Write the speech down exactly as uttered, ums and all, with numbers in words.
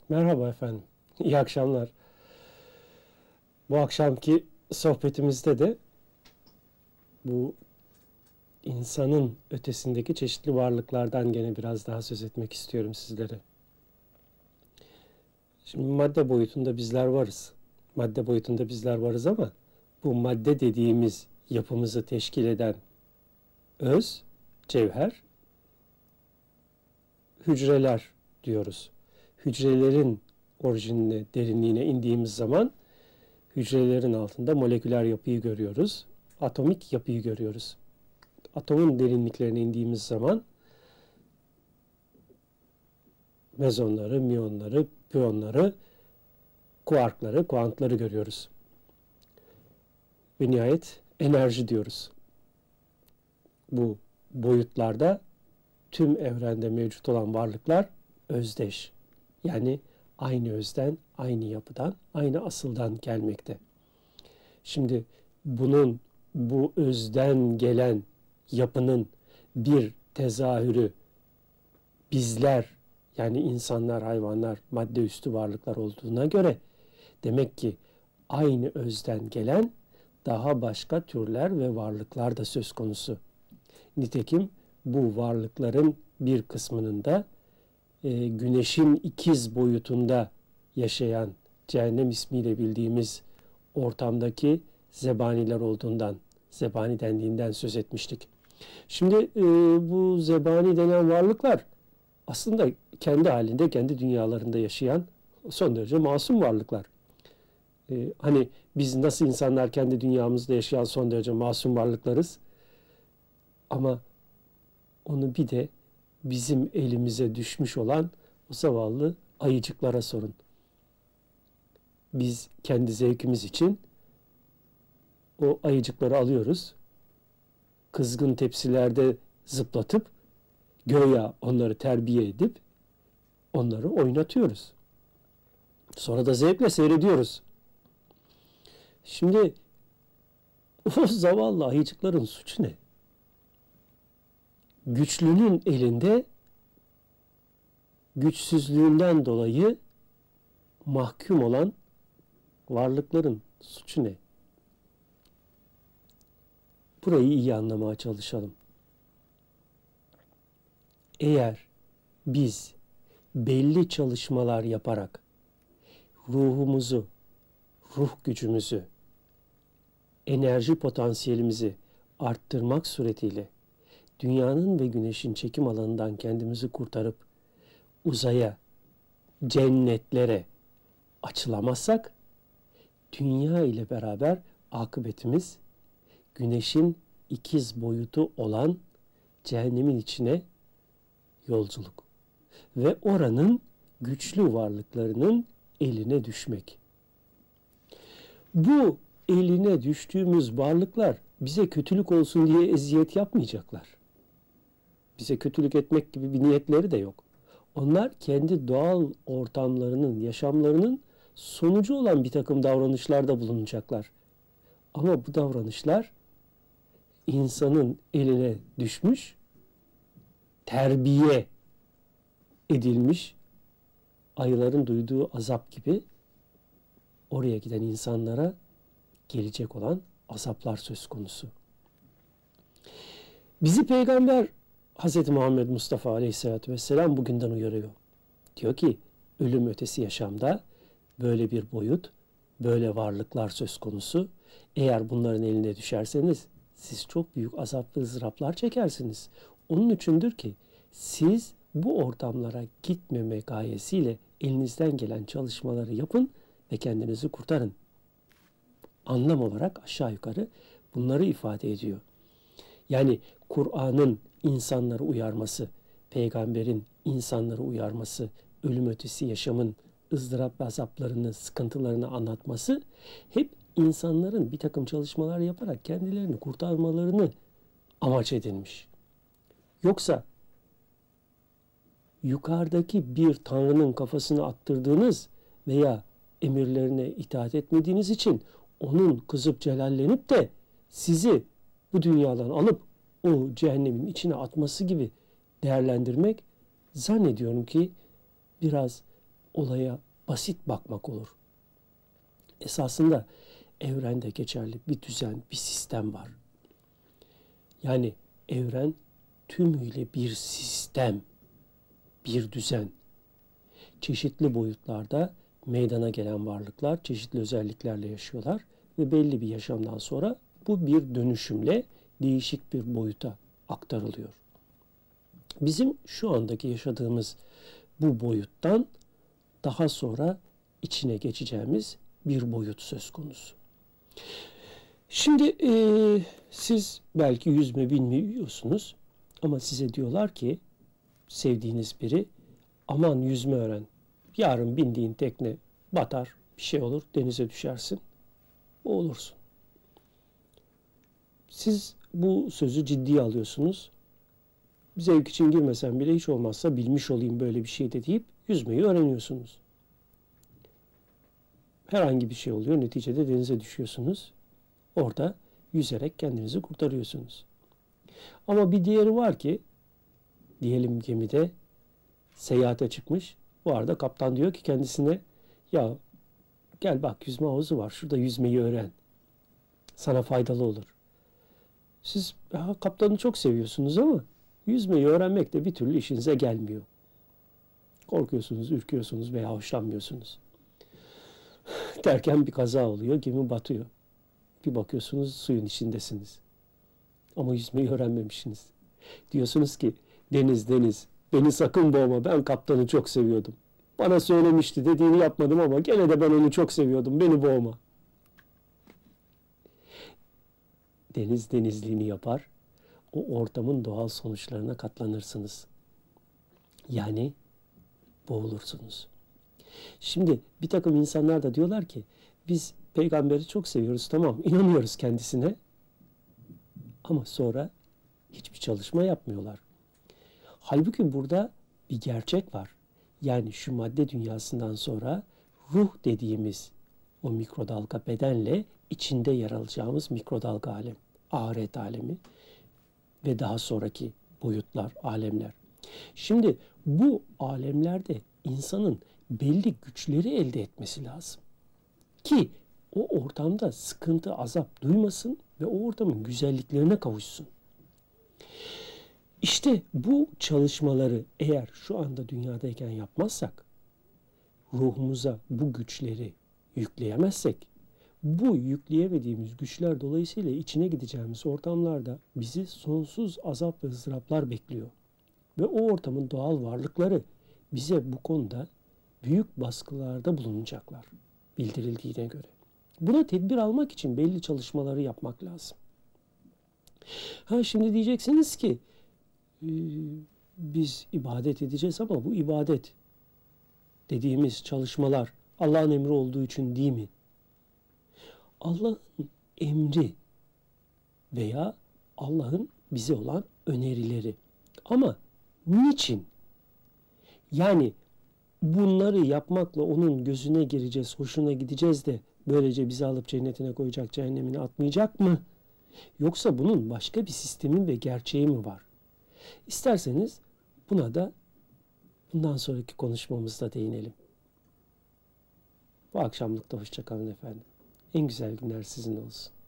Merhaba efendim. İyi akşamlar. Bu akşamki sohbetimizde de bu insanın ötesindeki çeşitli varlıklardan gene biraz daha söz etmek istiyorum sizlere. Şimdi madde boyutunda bizler varız. Madde boyutunda bizler varız ama bu madde dediğimiz yapımızı teşkil eden öz, cevher, hücreler diyoruz. Hücrelerin orijinine, derinliğine indiğimiz zaman hücrelerin altında moleküler yapıyı görüyoruz. Atomik yapıyı görüyoruz. Atomun derinliklerine indiğimiz zaman mezonları, miyonları, piyonları, kuarkları, kuantları görüyoruz. Ve nihayet enerji diyoruz. Bu boyutlarda tüm evrende mevcut olan varlıklar özdeş. Yani aynı özden, aynı yapıdan, aynı asıldan gelmekte. Şimdi bunun, bu özden gelen yapının bir tezahürü bizler, yani insanlar, hayvanlar, madde üstü varlıklar olduğuna göre demek ki aynı özden gelen daha başka türler ve varlıklar da söz konusu. Nitekim bu varlıkların bir kısmının da e, güneşin ikiz boyutunda yaşayan, cehennem ismiyle bildiğimiz ortamdaki zebaniler olduğundan, zebani dendiğinden söz etmiştik. Şimdi e, bu zebani denen varlıklar aslında kendi halinde, kendi dünyalarında yaşayan son derece masum varlıklar. E, hani biz nasıl insanlar kendi dünyamızda yaşayan son derece masum varlıklarız. Ama onu bir de bizim elimize düşmüş olan o zavallı ayıcıklara sorun. Biz kendi zevkimiz için o ayıcıkları alıyoruz. Kızgın tepsilerde zıplatıp göya onları terbiye edip onları oynatıyoruz. Sonra da zevkle seyrediyoruz. Şimdi o zavallı ayıcıkların suçu ne? Güçlünün elinde güçsüzlüğünden dolayı mahkum olan varlıkların suçu ne? Burayı iyi anlamaya çalışalım. Eğer biz belli çalışmalar yaparak ruhumuzu, ruh gücümüzü, enerji potansiyelimizi arttırmak suretiyle dünyanın ve güneşin çekim alanından kendimizi kurtarıp uzaya, cennetlere açılamazsak dünya ile beraber akıbetimiz güneşin ikiz boyutu olan cehennemin içine yolculuk ve oranın güçlü varlıklarının eline düşmek. Bu eline düştüğümüz varlıklar bize kötülük olsun diye eziyet yapmayacaklar. Bize kötülük etmek gibi bir niyetleri de yok. Onlar kendi doğal ortamlarının, yaşamlarının sonucu olan bir takım davranışlarda bulunacaklar. Ama bu davranışlar insanın eline düşmüş, terbiye edilmiş, ayıların duyduğu azap gibi oraya giden insanlara gelecek olan azaplar söz konusu. Bizi Peygamber Hz. Muhammed Mustafa Aleyhisselatü Vesselam bugünden uyarıyor. Diyor ki ölüm ötesi yaşamda böyle bir boyut, böyle varlıklar söz konusu. Eğer bunların eline düşerseniz siz çok büyük azap ve ızdıraplar çekersiniz. Onun içindir ki siz bu ortamlara gitmeme gayesiyle elinizden gelen çalışmaları yapın ve kendinizi kurtarın. Anlam olarak aşağı yukarı bunları ifade ediyor. Yani Kur'an'ın insanları uyarması, peygamberin insanları uyarması, ölüm ötesi yaşamın ızdırap ve azaplarını, sıkıntılarını anlatması hep insanların bir takım çalışmalar yaparak kendilerini kurtarmalarını amaç edilmiş. Yoksa yukarıdaki bir tanrının kafasını attırdığınız veya emirlerine itaat etmediğiniz için onun kızıp celallenip de sizi bu dünyadan alıp o cehennemin içine atması gibi değerlendirmek zannediyorum ki biraz olaya basit bakmak olur. Esasında evrende geçerli bir düzen, bir sistem var. Yani evren tümüyle bir sistem, bir düzen. Çeşitli boyutlarda meydana gelen varlıklar çeşitli özelliklerle yaşıyorlar ve belli bir yaşamdan sonra bu bir dönüşümle değişik bir boyuta aktarılıyor. Bizim şu andaki yaşadığımız bu boyuttan daha sonra içine geçeceğimiz bir boyut söz konusu. Şimdi e, siz belki yüzme bilmiyorsunuz ama size diyorlar ki sevdiğiniz biri aman yüzme öğren. Yarın bindiğin tekne batar, bir şey olur, denize düşersin, boğulursun. Siz bu sözü ciddiye alıyorsunuz. Zevk için girmesen bile hiç olmazsa bilmiş olayım böyle bir şey de deyip yüzmeyi öğreniyorsunuz. Herhangi bir şey oluyor, neticede denize düşüyorsunuz. Orada yüzerek kendinizi kurtarıyorsunuz. Ama bir diğeri var ki, diyelim gemide seyahate çıkmış. Bu arada kaptan diyor ki kendisine, ya gel bak yüzme havuzu var, şurada yüzmeyi öğren. Sana faydalı olur. Siz ha, kaptanı çok seviyorsunuz ama yüzmeyi öğrenmek de bir türlü işinize gelmiyor. Korkuyorsunuz, ürküyorsunuz veya hoşlanmıyorsunuz. Derken bir kaza oluyor, gemi batıyor. Bir bakıyorsunuz suyun içindesiniz. Ama yüzmeyi öğrenmemişsiniz. Diyorsunuz ki deniz deniz beni sakın boğma, ben kaptanı çok seviyordum. Bana söylemişti, dediğini yapmadım ama gene de ben onu çok seviyordum, beni boğma. Deniz denizliğini yapar, o ortamın doğal sonuçlarına katlanırsınız. Yani boğulursunuz. Şimdi bir takım insanlar da diyorlar ki biz peygamberi çok seviyoruz, tamam, inanıyoruz kendisine ama sonra hiçbir çalışma yapmıyorlar. Halbuki burada bir gerçek var. Yani şu madde dünyasından sonra ruh dediğimiz o mikrodalga bedenle içinde yer alacağımız mikrodalga alem, ahiret alemi ve daha sonraki boyutlar, alemler. Şimdi bu alemlerde insanın belli güçleri elde etmesi lazım. Ki o ortamda sıkıntı, azap duymasın ve o ortamın güzelliklerine kavuşsun. İşte bu çalışmaları eğer şu anda dünyadayken yapmazsak, ruhumuza bu güçleri yükleyemezsek, bu yükleyemediğimiz güçler dolayısıyla içine gideceğimiz ortamlarda bizi sonsuz azap ve ızdıraplar bekliyor. Ve o ortamın doğal varlıkları bize bu konuda büyük baskılarda bulunacaklar bildirildiğine göre. Buna tedbir almak için belli çalışmaları yapmak lazım. Ha şimdi diyeceksiniz ki e, biz ibadet edeceğiz ama bu ibadet dediğimiz çalışmalar Allah'ın emri olduğu için değil mi? Allah'ın emri veya Allah'ın bize olan önerileri. Ama niçin? Yani bunları yapmakla onun gözüne gireceğiz, hoşuna gideceğiz de böylece bizi alıp cennetine koyacak, cehennemine atmayacak mı? Yoksa bunun başka bir sistemi ve gerçeği mi var? İsterseniz buna da bundan sonraki konuşmamızda değinelim. Bu akşamlık da hoşça kalın efendim. En güzel günler sizin olsun.